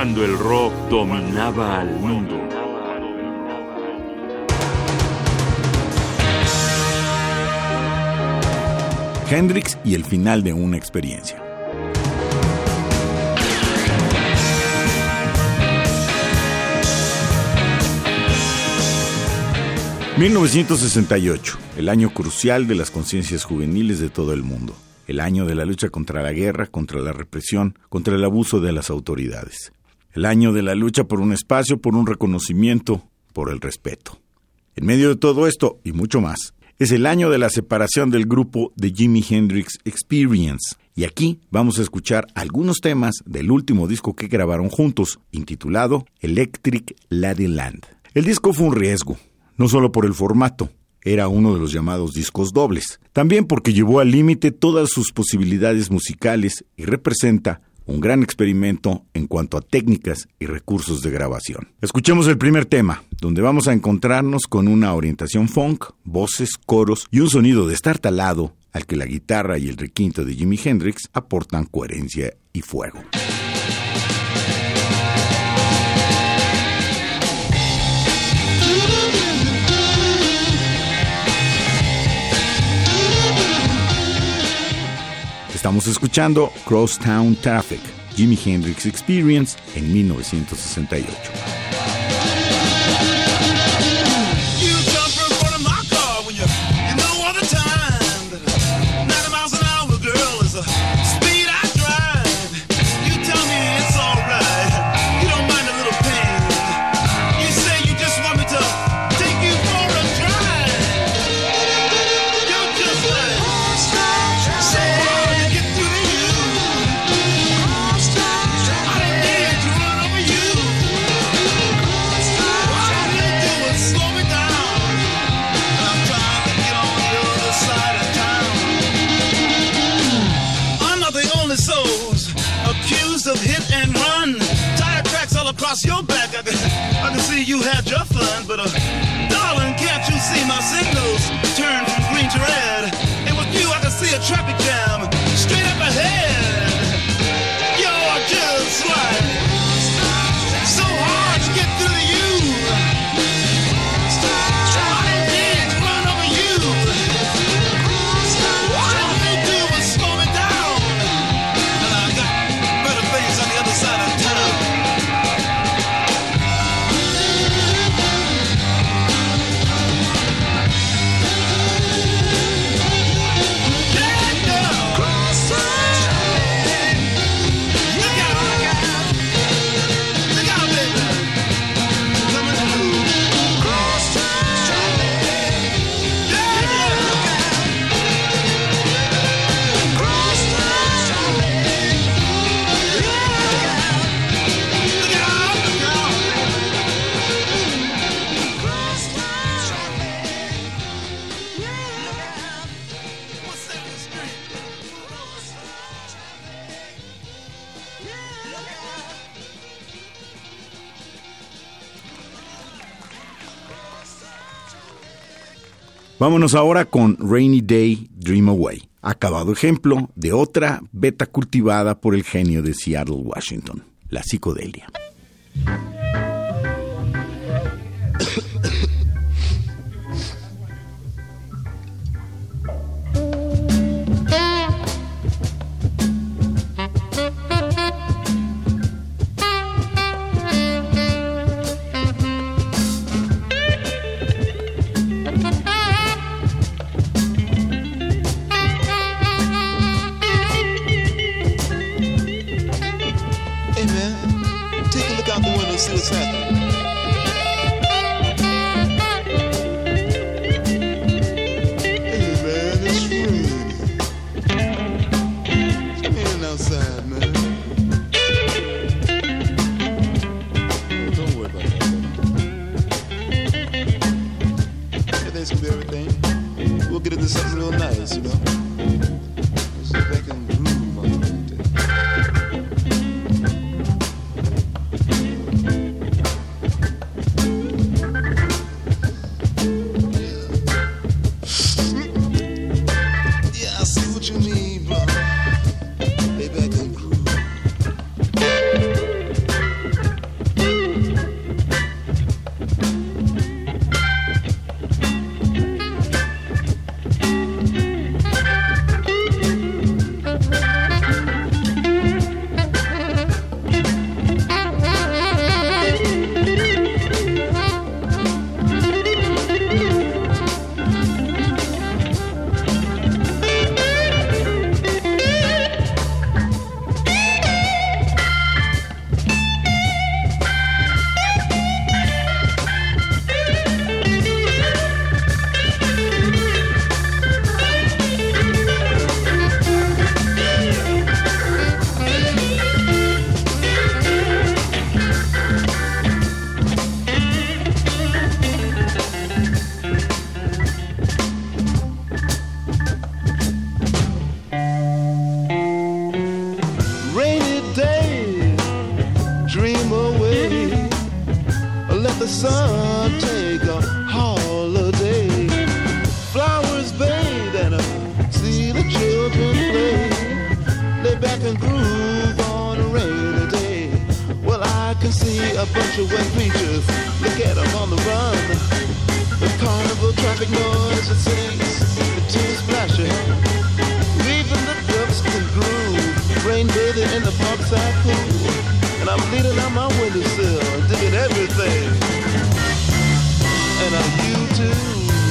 cuando el rock dominaba al mundo. Hendrix y el final de una experiencia. ...1968, el año crucial de las conciencias juveniles de todo el mundo. El año de la lucha contra la guerra, contra la represión, contra el abuso de las autoridades. El año de la lucha por un espacio, por un reconocimiento, por el respeto. En medio de todo esto, y mucho más, es el año de la separación del grupo The Jimi Hendrix Experience. Y aquí vamos a escuchar algunos temas del último disco que grabaron juntos, intitulado Electric Ladyland. El disco fue un riesgo. No solo por el formato, era uno de los llamados discos dobles, también porque llevó al límite todas sus posibilidades musicales y representa un gran experimento en cuanto a técnicas y recursos de grabación. Escuchemos el primer tema, donde vamos a encontrarnos con una orientación funk, voces, coros y un sonido destartalado al que la guitarra y el requinto de Jimi Hendrix aportan coherencia y fuego. Estamos escuchando Crosstown Traffic, Jimi Hendrix Experience en 1968. Across your back, I can see you had your fun, but darling, can't you see my signals turn from green to red? And with you, I can see a traffic jam straight up ahead. You're just like so hard to get through to you. I didn't run over you. All you do was slow me down, and I got better things on the other side of town. Vámonos ahora con Rainy Day, Dream Away, acabado ejemplo de otra beta cultivada por el genio de Seattle, Washington, la psicodelia. See what's see a bunch of wet preachers. Look at them on the run. The carnival traffic noise, it sings the tears splashing. Leaving the dust and groove. Rain bathing in the parkside pool. And I'm leaning on my windowsill, digging everything. And I'm you too.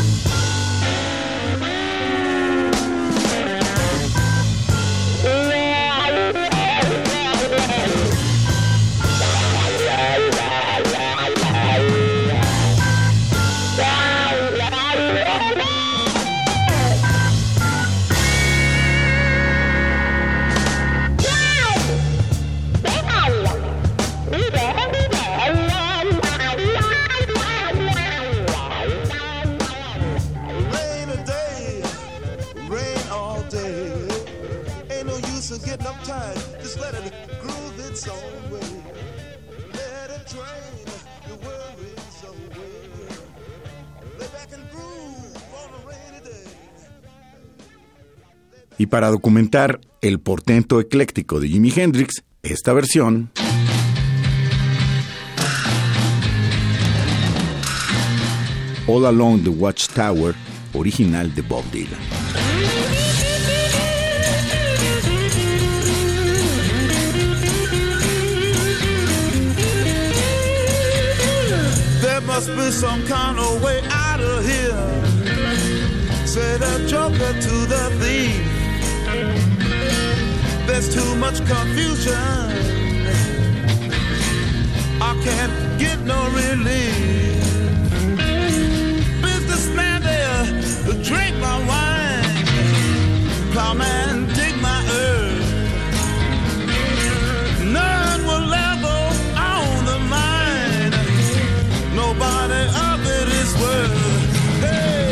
Y para documentar el portento ecléctico de Jimi Hendrix, esta versión All Along the Watchtower, original de Bob Dylan. There must be some kind of way out of here, said a joker to the thief. There's too much confusion, I can't get no relief. Businessman there, drink my wine. Plowman, dig my earth. None will ever own the mine. Nobody of it is worth. Hey.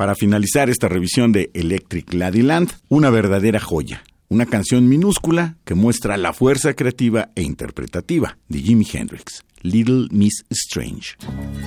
Para finalizar esta revisión de Electric Ladyland, una verdadera joya. Una canción minúscula que muestra la fuerza creativa e interpretativa de Jimi Hendrix, Little Miss Strange.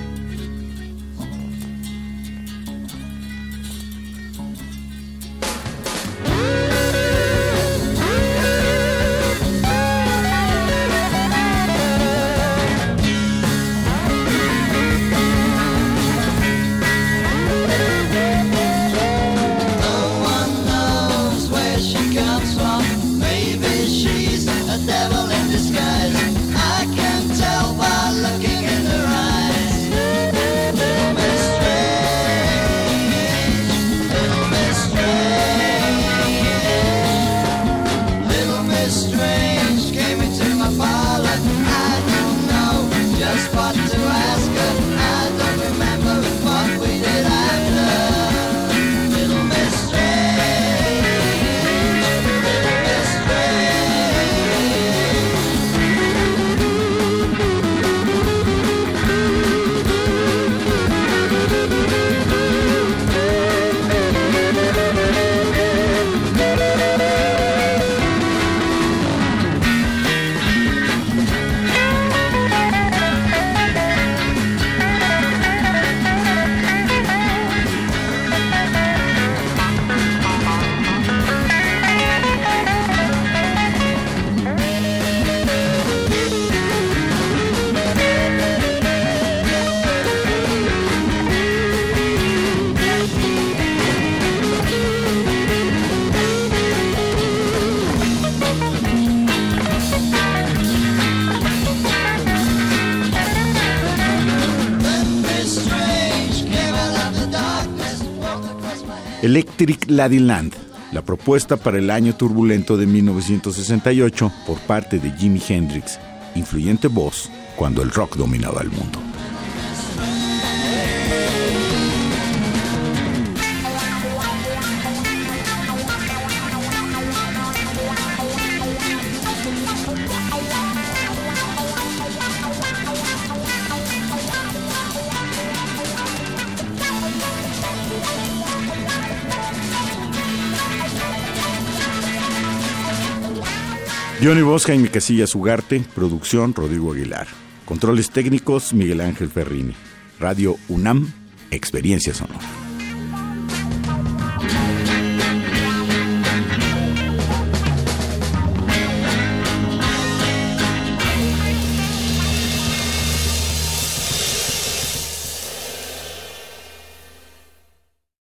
Electric Ladyland, la propuesta para el año turbulento de 1968 por parte de Jimi Hendrix, influyente voz cuando el rock dominaba el mundo. Guión y voz, Jaime Casillas Ugarte. Producción, Rodrigo Aguilar. Controles técnicos, Miguel Ángel Ferrini. Radio UNAM, Experiencia Sonora.